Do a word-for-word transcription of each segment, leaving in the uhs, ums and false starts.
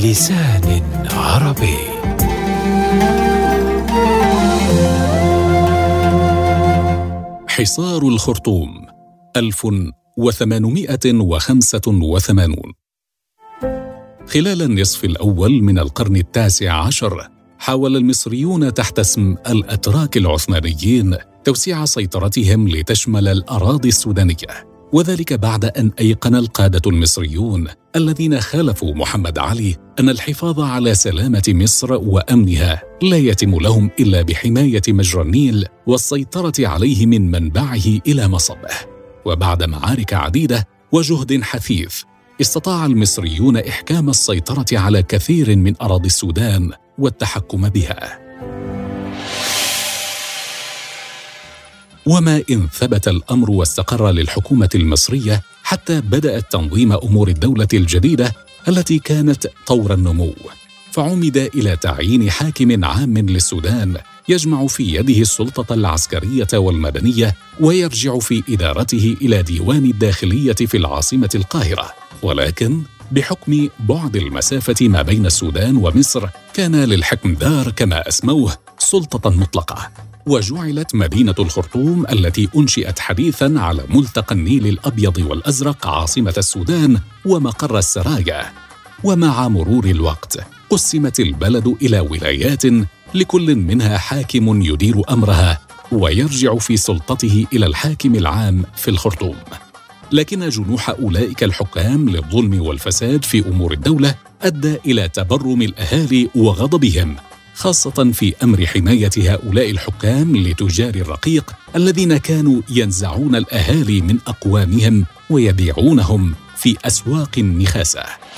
بلسان عربي. حصار الخرطوم ألف وثمانمائة وخمسة وثمانون. خلال النصف الأول من القرن التاسع عشر حاول المصريون تحت اسم الأتراك العثمانيين توسيع سيطرتهم لتشمل الأراضي السودانية، وذلك بعد أن أيقن القادة المصريون الذين خالفوا محمد علي أن الحفاظ على سلامة مصر وأمنها لا يتم لهم إلا بحماية مجرى النيل والسيطرة عليه من منبعه إلى مصبه. وبعد معارك عديدة وجهد حثيث استطاع المصريون إحكام السيطرة على كثير من أراضي السودان والتحكم بها. وما إن ثبت الأمر واستقر للحكومة المصرية حتى بدأت تنظيم أمور الدولة الجديدة التي كانت طور النمو، فعمد إلى تعيين حاكم عام للسودان يجمع في يده السلطة العسكرية والمدنية ويرجع في إدارته إلى ديوان الداخلية في العاصمة القاهرة. ولكن بحكم بعد المسافة ما بين السودان ومصر كان للحكم دار كما أسموه سلطة مطلقة، وجعلت مدينة الخرطوم التي أنشئت حديثاً على ملتقى النيل الأبيض والأزرق عاصمة السودان ومقر السرايا. ومع مرور الوقت قسمت البلد إلى ولايات لكل منها حاكم يدير أمرها ويرجع في سلطته إلى الحاكم العام في الخرطوم. لكن جنوح أولئك الحكام للظلم والفساد في أمور الدولة أدى إلى تبرم الأهالي وغضبهم، خاصة في أمر حماية هؤلاء الحكام لتجار الرقيق الذين كانوا ينزعون الأهالي من أقوامهم ويبيعونهم في أسواق النخاسة.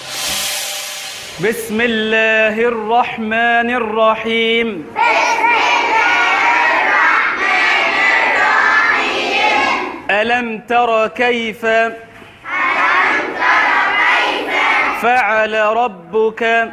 بسم الله الرحمن الرحيم. بسم الله الرحمن الرحيم. ألم تر كيف ألم تر كيف فعل ربك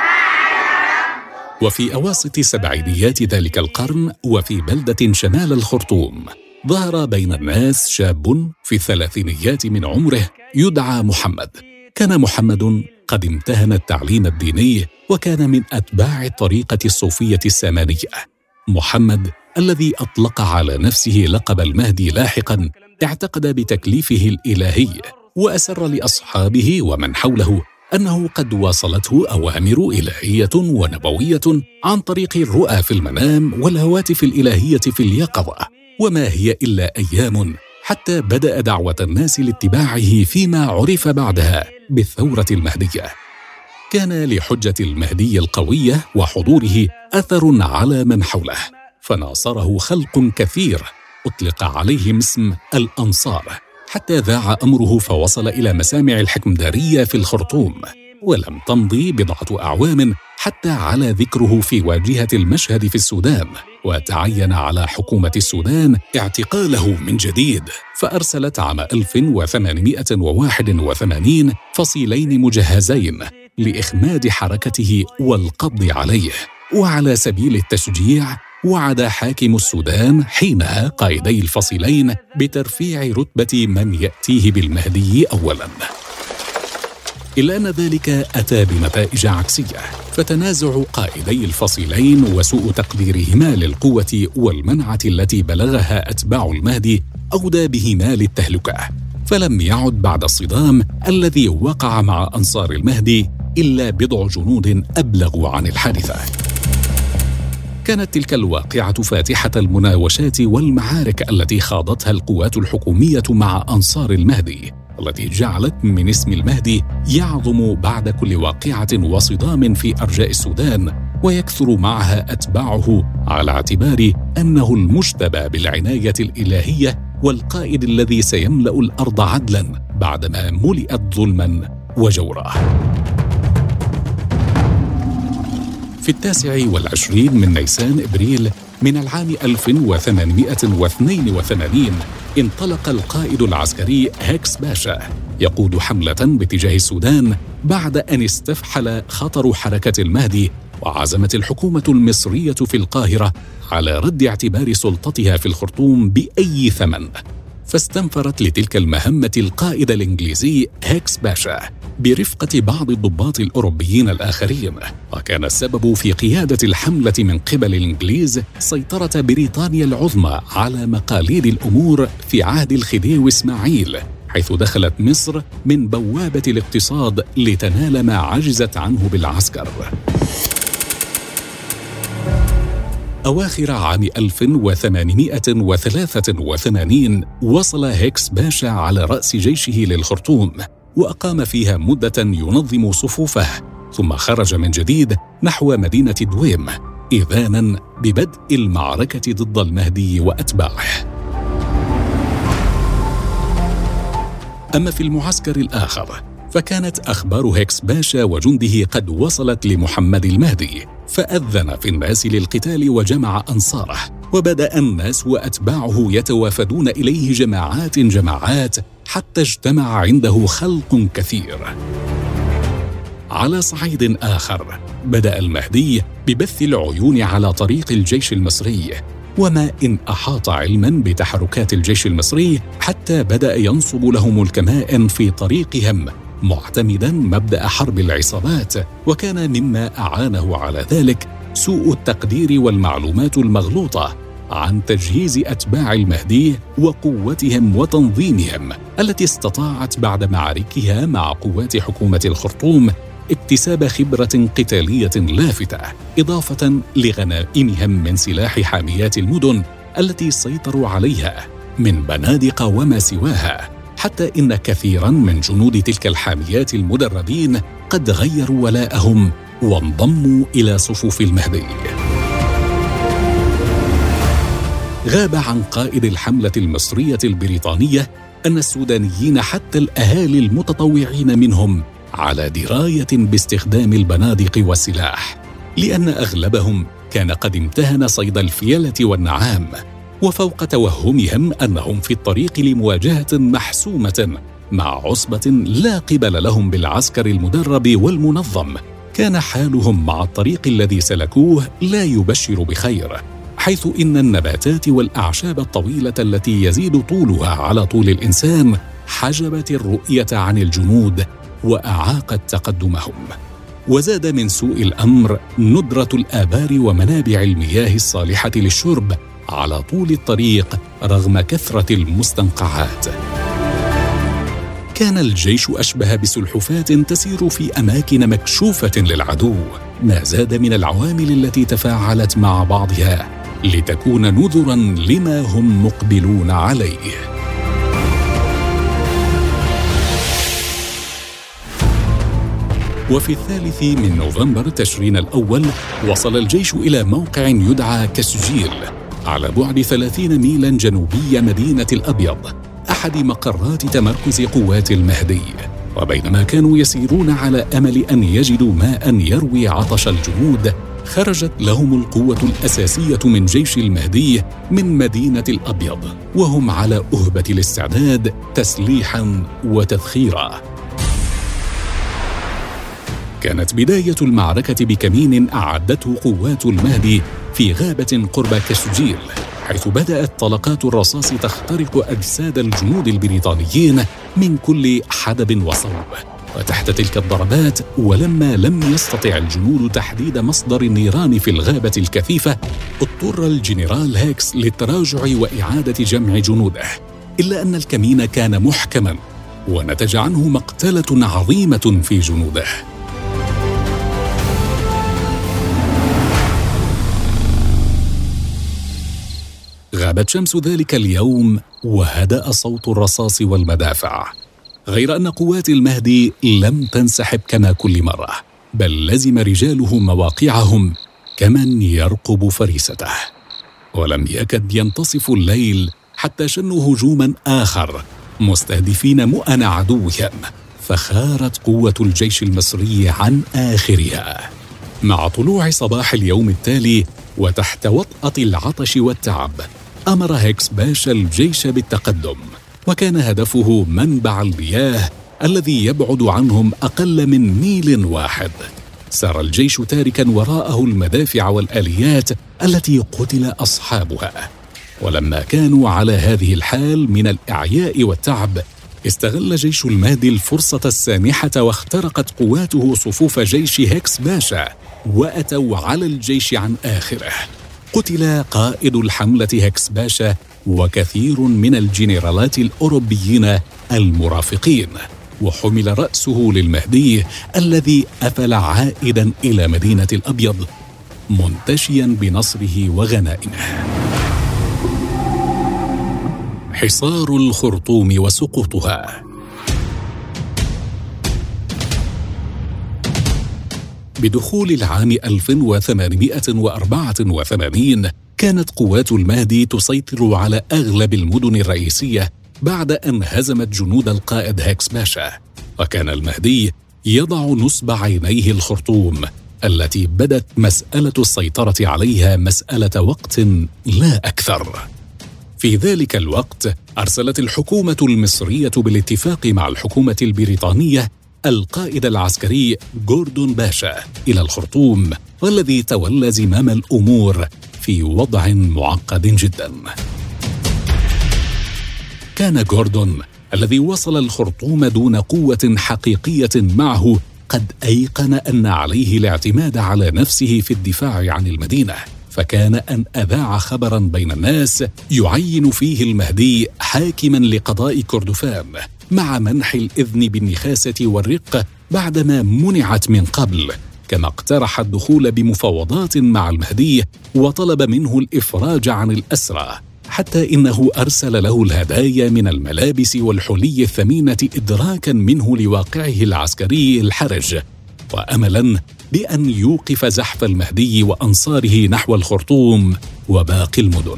وفي أواسط سبعينيات ذلك القرن وفي بلدة شمال الخرطوم ظهر بين الناس شاب في الثلاثينيات من عمره يدعى محمد. كان محمد قد امتهن التعليم الديني وكان من أتباع الطريقة الصوفية السامانية. محمد الذي أطلق على نفسه لقب المهدي لاحقاً اعتقد بتكليفه الإلهي وأسر لأصحابه ومن حوله أنه قد واصلته أوامر إلهية ونبوية عن طريق الرؤى في المنام والهواتف الإلهية في اليقظة. وما هي إلا أيام حتى بدأ دعوة الناس لاتباعه فيما عرف بعدها بالثورة المهدية. كان لحجة المهدي القوية وحضوره أثر على من حوله، فناصره خلق كثير أطلق عليهم اسم الأنصار، حتى ذاع أمره فوصل إلى مسامع الحكمدارية في الخرطوم. ولم تمضي بضعة أعوام حتى على ذكره في واجهة المشهد في السودان، وتعين على حكومة السودان اعتقاله من جديد، فأرسلت عام ألف وثمانمائة وواحد وثمانين فصيلين مجهزين لإخماد حركته والقبض عليه. وعلى سبيل التشجيع وعد حاكم السودان حينها قائدي الفصيلين بترفيع رتبة من يأتيه بالمهدي أولاً. إلا أن ذلك أتى بنتائج عكسية، فتنازع قائدي الفصيلين وسوء تقديرهما للقوة والمنعة التي بلغها أتباع المهدي أودى بهما للتهلكة، فلم يعد بعد الصدام الذي وقع مع أنصار المهدي إلا بضع جنود أبلغوا عن الحادثة. كانت تلك الواقعة فاتحة المناوشات والمعارك التي خاضتها القوات الحكومية مع أنصار المهدي، التي جعلت من اسم المهدي يعظم بعد كل واقعة وصدام في أرجاء السودان، ويكثر معها أتباعه على اعتبار أنه المجتبى بالعناية الإلهية والقائد الذي سيملأ الأرض عدلاً بعدما ملئت ظلماً وجورا. في التاسع والعشرين من نيسان إبريل من العام ألف وثمانمائة واثنين وثمانين انطلق القائد العسكري هيكس باشا يقود حملة باتجاه السودان بعد أن استفحل خطر حركة المهدي، وعزمت الحكومة المصرية في القاهرة على رد اعتبار سلطتها في الخرطوم بأي ثمن. فاستنفرت لتلك المهمة القائد الإنجليزي هيكس باشا برفقة بعض الضباط الأوروبيين الآخرين، وكان السبب في قيادة الحملة من قبل الإنجليز سيطرة بريطانيا العظمى على مقاليد الأمور في عهد الخديوي إسماعيل، حيث دخلت مصر من بوابة الاقتصاد لتنال ما عجزت عنه بالعسكر. أواخر عام ألف وثمانمائة وثلاثة وثمانين وصل هيكس باشا على رأس جيشه للخرطوم، وأقام فيها مدة ينظم صفوفه، ثم خرج من جديد نحو مدينة دويم إذانا ببدء المعركة ضد المهدي وأتباعه. أما في المعسكر الآخر فكانت أخبار هيكس باشا وجنده قد وصلت لمحمد المهدي، فأذن في الناس للقتال وجمع أنصاره، وبدأ الناس وأتباعه يتوافدون إليه جماعات جماعات حتى اجتمع عنده خلق كثير. على صعيد آخر بدأ المهدي ببث العيون على طريق الجيش المصري، وما إن أحاط علماً بتحركات الجيش المصري حتى بدأ ينصب لهم الكمائن في طريقهم، معتمداً مبدأ حرب العصابات، وكان مما أعانه على ذلك سوء التقدير والمعلومات المغلوطة عن تجهيز أتباع المهدي وقوتهم وتنظيمهم، التي استطاعت بعد معاركها مع قوات حكومة الخرطوم اكتساب خبرة قتالية لافتة، إضافة لغنائمهم من سلاح حاميات المدن التي سيطروا عليها من بنادق وما سواها، حتى إن كثيراً من جنود تلك الحاميات المدربين قد غيروا ولاءهم وانضموا إلى صفوف المهدي. غاب عن قائد الحملة المصرية البريطانية أن السودانيين حتى الأهالي المتطوعين منهم على دراية باستخدام البنادق والسلاح، لأن أغلبهم كان قد امتهن صيد الفيلة والنعام، وفوق توهمهم أنهم في الطريق لمواجهة محسومة مع عصبة لا قبل لهم بالعسكر المدرب والمنظم، كان حالهم مع الطريق الذي سلكوه لا يبشر بخير، حيث إن النباتات والأعشاب الطويلة التي يزيد طولها على طول الإنسان حجبت الرؤية عن الجنود وأعاقت تقدمهم. وزاد من سوء الأمر ندرة الآبار ومنابع المياه الصالحة للشرب على طول الطريق رغم كثرة المستنقعات. كان الجيش أشبه بسلحفاة تسير في أماكن مكشوفة للعدو، ما زاد من العوامل التي تفاعلت مع بعضها لتكون نذراً لما هم مقبلون عليه. وفي الثالث من نوفمبر تشرين الأول وصل الجيش إلى موقع يدعى كسجيل على بعد ثلاثين ميلاً جنوبي مدينة الأبيض، أحد مقرات تمركز قوات المهدي. وبينما كانوا يسيرون على أمل أن يجدوا ماء يروي عطش الجنود، خرجت لهم القوة الأساسية من جيش المهدي من مدينة الأبيض، وهم على أهبة الاستعداد تسليحاً وتذخيراً. كانت بداية المعركة بكمين أعدته قوات المهدي في غابة قرب كسجيل، حيث بدأت طلقات الرصاص تخترق أجساد الجنود البريطانيين من كل حدب وصوب. وتحت تلك الضربات، ولما لم يستطع الجنود تحديد مصدر النيران في الغابة الكثيفة، اضطر الجنرال هيكس للتراجع وإعادة جمع جنوده، إلا أن الكمين كان محكماً ونتج عنه مقتلة عظيمة في جنوده. غابت شمس ذلك اليوم وهدأ صوت الرصاص والمدافع، غير أن قوات المهدي لم تنسحب كما كل مرة، بل لزم رجاله مواقعهم كمن يرقب فريسته. ولم يكد ينتصف الليل حتى شنوا هجوماً آخر مستهدفين مؤن عدوهم، فخارت قوة الجيش المصري عن آخرها. مع طلوع صباح اليوم التالي وتحت وطأة العطش والتعب، أمر هيكس باشا الجيش بالتقدم، وكان هدفه منبع المياه الذي يبعد عنهم أقل من ميل واحد. سار الجيش تاركاً وراءه المدافع والآليات التي قتل أصحابها. ولما كانوا على هذه الحال من الإعياء والتعب، استغل جيش المهدي الفرصة السانحة واخترقت قواته صفوف جيش هكس باشا، وأتوا على الجيش عن آخره. قتل قائد الحملة هكس باشا وكثير من الجنرالات الأوروبيين المرافقين، وحمل رأسه للمهدي الذي أفل عائدا إلى مدينة الأبيض منتشيا بنصره وغنائمه. حصار الخرطوم وسقوطها. بدخول العام ألف وثمانمائة وأربعة وثمانين كانت قوات المهدي تسيطر على أغلب المدن الرئيسية بعد أن هزمت جنود القائد هكس باشا، وكان المهدي يضع نصب عينيه الخرطوم التي بدت مسألة السيطرة عليها مسألة وقت لا أكثر. في ذلك الوقت أرسلت الحكومة المصرية بالاتفاق مع الحكومة البريطانية القائد العسكري جوردون باشا إلى الخرطوم، والذي تولى زمام الأمور في وضع معقد جدا. كان جوردون الذي وصل الخرطوم دون قوة حقيقية معه قد أيقن أن عليه الاعتماد على نفسه في الدفاع عن المدينة، فكان أن أذاع خبراً بين الناس يعين فيه المهدي حاكماً لقضاء كردفان مع منح الإذن بالنخاسة والرق بعدما منعت من قبل، كما اقترح الدخول بمفاوضات مع المهدي وطلب منه الإفراج عن الأسرى، حتى إنه أرسل له الهدايا من الملابس والحلي الثمينة إدراكاً منه لواقعه العسكري الحرج، وأملاً بأن يوقف زحف المهدي وأنصاره نحو الخرطوم وباقي المدن.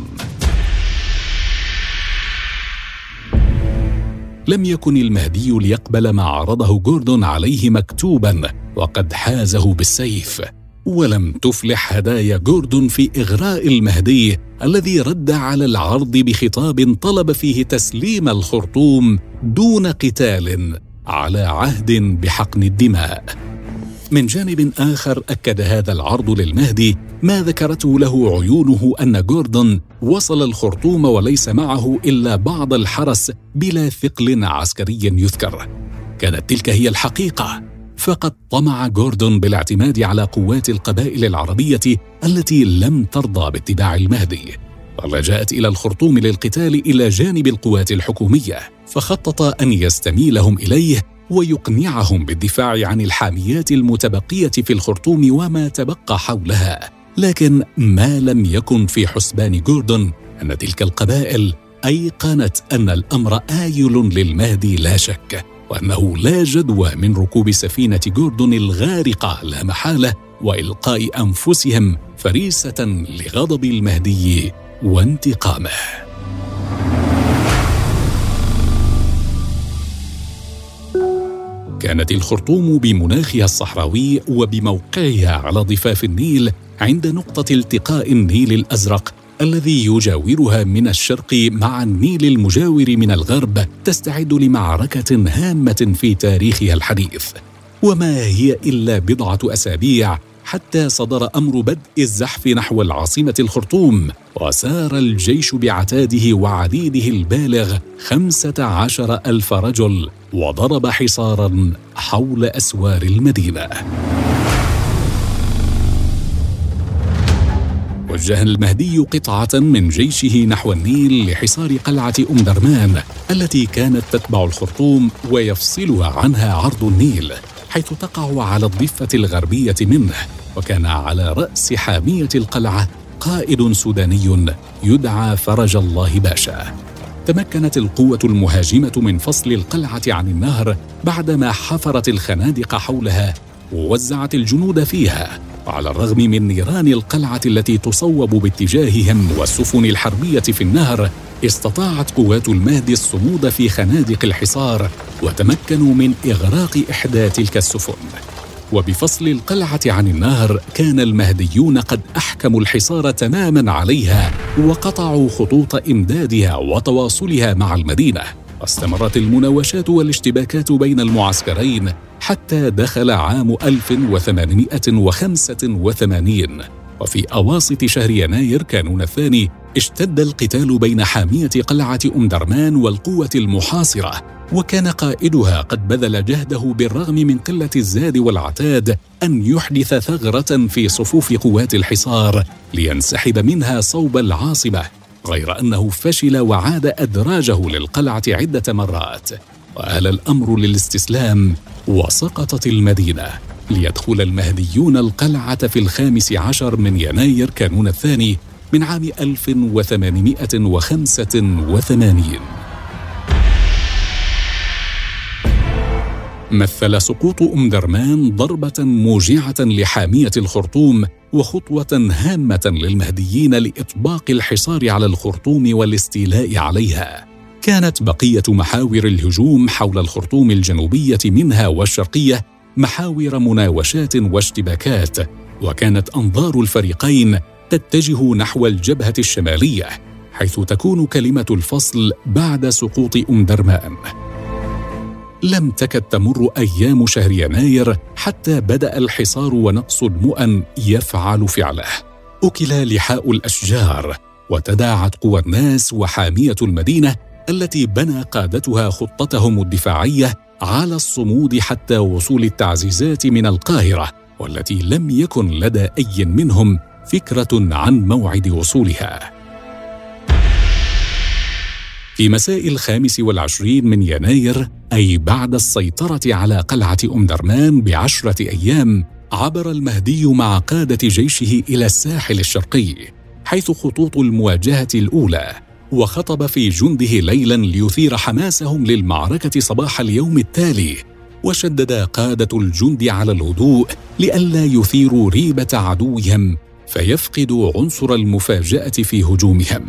لم يكن المهدي ليقبل ما عرضه جوردون عليه مكتوباً وقد حازه بالسيف، ولم تفلح هدايا جوردون في إغراء المهدي الذي رد على العرض بخطاب طلب فيه تسليم الخرطوم دون قتال على عهد بحقن الدماء. من جانب آخر أكد هذا العرض للمهدي ما ذكرته له عيونه أن جوردون وصل الخرطوم وليس معه إلا بعض الحرس بلا ثقل عسكري يذكر. كانت تلك هي الحقيقة، فقد طمع جوردون بالاعتماد على قوات القبائل العربية التي لم ترضى باتباع المهدي، فلجأت إلى الخرطوم للقتال إلى جانب القوات الحكومية، فخطط أن يستميلهم إليه ويقنعهم بالدفاع عن الحاميات المتبقية في الخرطوم وما تبقى حولها. لكن ما لم يكن في حسبان جوردون أن تلك القبائل أيقنت أن الأمر آيل للمهدي لا شك، وأنه لا جدوى من ركوب سفينة جوردون الغارقة لا محالة وإلقاء أنفسهم فريسة لغضب المهدي وانتقامه. كانت الخرطوم بمناخها الصحراوي وبموقعها على ضفاف النيل عند نقطة التقاء النيل الأزرق الذي يجاورها من الشرق مع النيل المجاور من الغرب تستعد لمعركة هامة في تاريخها الحديث. وما هي إلا بضعة أسابيع حتى صدر أمر بدء الزحف نحو العاصمة الخرطوم، وسار الجيش بعتاده وعديده البالغ خمسة عشر ألف رجل وضرب حصاراً حول أسوار المدينة. وجه المهدي قطعة من جيشه نحو النيل لحصار قلعة أم درمان التي كانت تتبع الخرطوم ويفصلها عنها عرض النيل، حيث تقع على الضفة الغربية منه. وكان على رأس حامية القلعة قائد سوداني يدعى فرج الله باشا. تمكنت القوة المهاجمة من فصل القلعة عن النهر بعدما حفرت الخنادق حولها ووزعت الجنود فيها، وعلى الرغم من نيران القلعة التي تصوب باتجاههم والسفن الحربية في النهر، استطاعت قوات المهدي الصمود في خنادق الحصار وتمكنوا من إغراق إحدى تلك السفن. وبفصل القلعة عن النهر كان المهديون قد أحكموا الحصار تماماً عليها وقطعوا خطوط إمدادها وتواصلها مع المدينة، واستمرت المناوشات والاشتباكات بين المعسكرين حتى دخل عام ألف وثمانمائة وخمسة وثمانين وفي أواسط شهر يناير كانون الثاني اشتد القتال بين حامية قلعة أم درمان والقوة المحاصرة، وكان قائدها قد بذل جهده بالرغم من قلة الزاد والعتاد أن يحدث ثغرة في صفوف قوات الحصار لينسحب منها صوب العاصمة، غير أنه فشل وعاد أدراجه للقلعة عدة مرات، وآل الأمر للاستسلام وسقطت المدينة، ليدخل المهديون القلعة في الخامس عشر من يناير كانون الثاني من عام ألف وثمانمائة وخمسة وثمانين. مثل سقوط أم درمان ضربة موجعة لحامية الخرطوم وخطوة هامة للمهديين لإطباق الحصار على الخرطوم والاستيلاء عليها. كانت بقية محاور الهجوم حول الخرطوم الجنوبية منها والشرقية محاور مناوشات واشتباكات، وكانت أنظار الفريقين تتجه نحو الجبهة الشمالية حيث تكون كلمة الفصل بعد سقوط أم درمان. لم تكد تمر أيام شهر يناير حتى بدأ الحصار ونقص المؤن يفعل فعله. أكل لحاء الأشجار وتداعت قوى الناس وحامية المدينة التي بنى قادتها خطتهم الدفاعية على الصمود حتى وصول التعزيزات من القاهرة، والتي لم يكن لدى أي منهم فكرة عن موعد وصولها. في مساء الخامس والعشرين من يناير، أي بعد السيطرة على قلعة أم درمان بعشرة أيام، عبر المهدي مع قادة جيشه إلى الساحل الشرقي حيث خطوط المواجهة الأولى، وخطب في جنده ليلاً ليثير حماسهم للمعركة صباح اليوم التالي، وشدد قادة الجند على الهدوء لئلا يثيروا ريبة عدوهم فيفقدوا عنصر المفاجأة في هجومهم.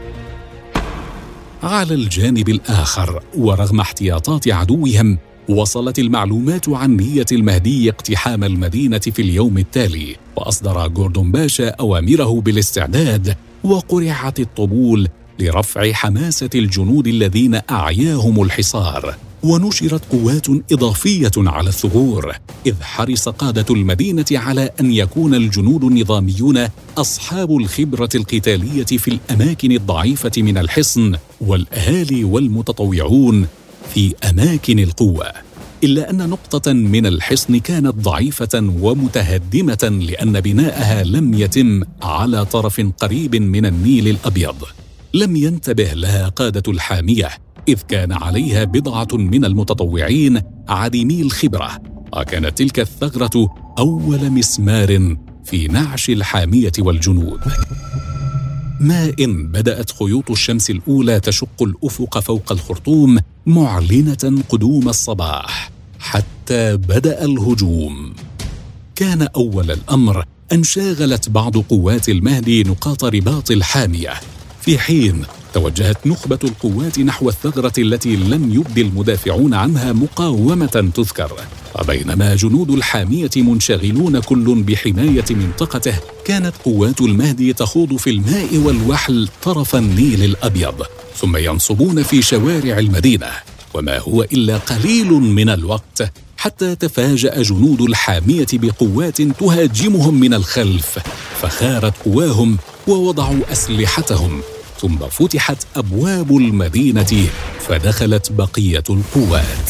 على الجانب الآخر، ورغم احتياطات عدوهم، وصلت المعلومات عن نية المهدي اقتحام المدينة في اليوم التالي، وأصدر جوردون باشا أوامره بالاستعداد، وقرعت الطبول لرفع حماسة الجنود الذين أعياهم الحصار، ونشرت قوات إضافية على الثغور، إذ حرص قادة المدينة على أن يكون الجنود النظاميون أصحاب الخبرة القتالية في الأماكن الضعيفة من الحصن، والأهالي والمتطوعون في أماكن القوة، إلا أن نقطة من الحصن كانت ضعيفة ومتهدمة لأن بناءها لم يتم على طرف قريب من النيل الأبيض. لم ينتبه لها قادة الحامية، إذ كان عليها بضعة من المتطوعين عديمي الخبرة، وكانت تلك الثغرة أول مسمار في نعش الحامية والجنود. ما إن بدأت خيوط الشمس الأولى تشق الأفق فوق الخرطوم معلنة قدوم الصباح، حتى بدأ الهجوم. كان أول الأمر أن شاغلت بعض قوات المهدي نقاط رباط الحامية، في حين توجهت نخبة القوات نحو الثغرة التي لم يبدي المدافعون عنها مقاومة تذكر. وبينما جنود الحامية منشغلون كل بحماية منطقته، كانت قوات المهدي تخوض في الماء والوحل طرف النيل الأبيض، ثم ينصبون في شوارع المدينة، وما هو إلا قليل من الوقت حتى تفاجأ جنود الحامية بقوات تهاجمهم من الخلف، فخارت قواهم ووضعوا أسلحتهم، ثم فتحت أبواب المدينة فدخلت بقية القوات.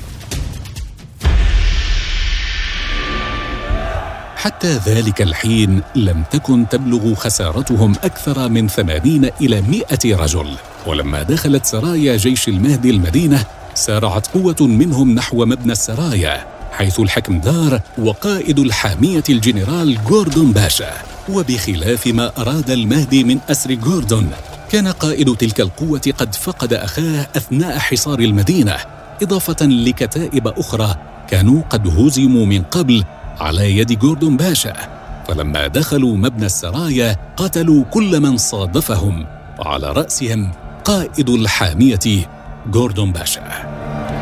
حتى ذلك الحين لم تكن تبلغ خسارتهم أكثر من ثمانين إلى مئة رجل، ولما دخلت سرايا جيش المهدي المدينة سارعت قوة منهم نحو مبنى السرايا، حيث الحكمدار وقائد الحامية الجنرال جوردون باشا. وبخلاف ما أراد المهدي من أسر جوردون، كان قائد تلك القوة قد فقد أخاه أثناء حصار المدينة، إضافة لكتائب أخرى كانوا قد هزموا من قبل على يد جوردون باشا. فلما دخلوا مبنى السرايا قتلوا كل من صادفهم، وعلى رأسهم قائد الحامية جوردون باشا.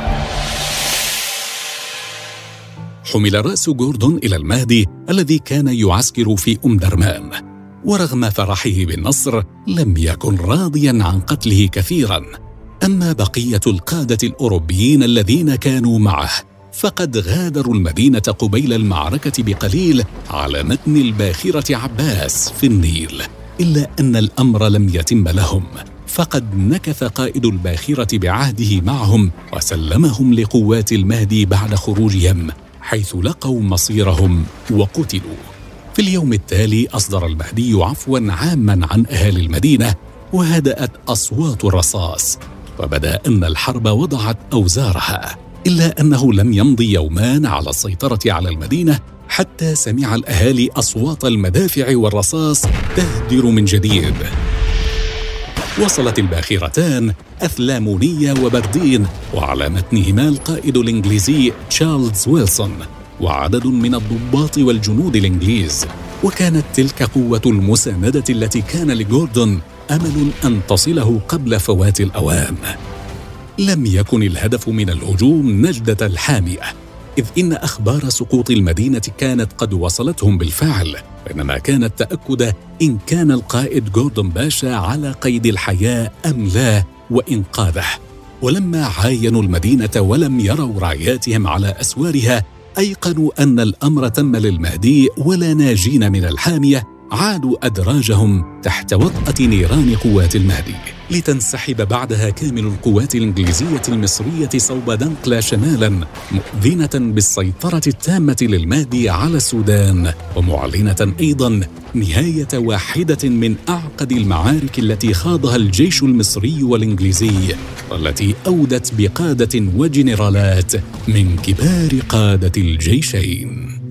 حمل رأس جوردون إلى المهدي الذي كان يعسكر في أم درمان، ورغم فرحه بالنصر لم يكن راضياً عن قتله كثيراً. أما بقية القادة الأوروبيين الذين كانوا معه فقد غادروا المدينة قبيل المعركة بقليل على متن الباخرة عباس في النيل، إلا أن الأمر لم يتم لهم، فقد نكث قائد الباخرة بعهده معهم وسلمهم لقوات المهدي بعد خروجهم، حيث لقوا مصيرهم وقتلوا. في اليوم التالي أصدر المهدي عفواً عاماً عن أهالي المدينة، وهدأت أصوات الرصاص، وبدا أن الحرب وضعت أوزارها. إلا أنه لم يمضي يومان على السيطرة على المدينة حتى سمع الأهالي أصوات المدافع والرصاص تهدر من جديد. وصلت الباخرتان أثلامونية وبردين، وعلى متنهما القائد الإنجليزي تشارلز ويلسون وعدد من الضباط والجنود الإنجليز. وكانت تلك قوة المساندة التي كان لجوردون أمل أن تصله قبل فوات الأوان. لم يكن الهدف من الهجوم نجدة الحامية، إذ إن أخبار سقوط المدينة كانت قد وصلتهم بالفعل، وإنما كان التأكد إن كان القائد جوردون باشا على قيد الحياة أم لا وإنقاذه. ولما عاينوا المدينة ولم يروا راياتهم على أسوارها أيقنوا أن الأمر تم للمهدي ولا ناجين من الحامية، عادوا أدراجهم تحت وطأة نيران قوات المهدي، لتنسحب بعدها كامل القوات الإنجليزية المصرية صوب دنقلا شمالاً، مؤذنة بالسيطرة التامة للمهدي على السودان، ومعلنة أيضاً نهاية واحدة من أعقد المعارك التي خاضها الجيش المصري والإنجليزي، والتي أودت بقادة وجنرالات من كبار قادة الجيشين.